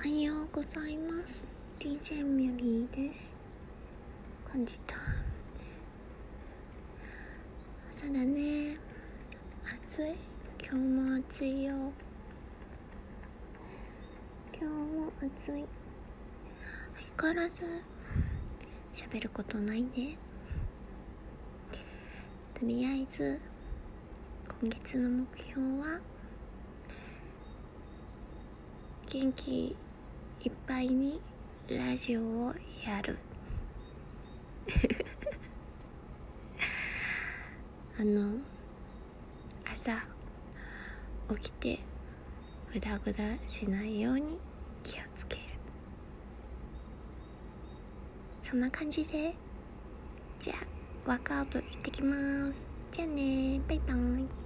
おはようございます。 DJ ミリーです。感じた朝だね。暑い。今日も暑いよ。今日も暑い。相変わらず喋ることないね。とりあえず今月の目標は元気いっぱいにラジオをやる朝起きてグダグダしないように気をつける。そんな感じで、じゃあワークアウト行ってきます。じゃあね、バイバイ。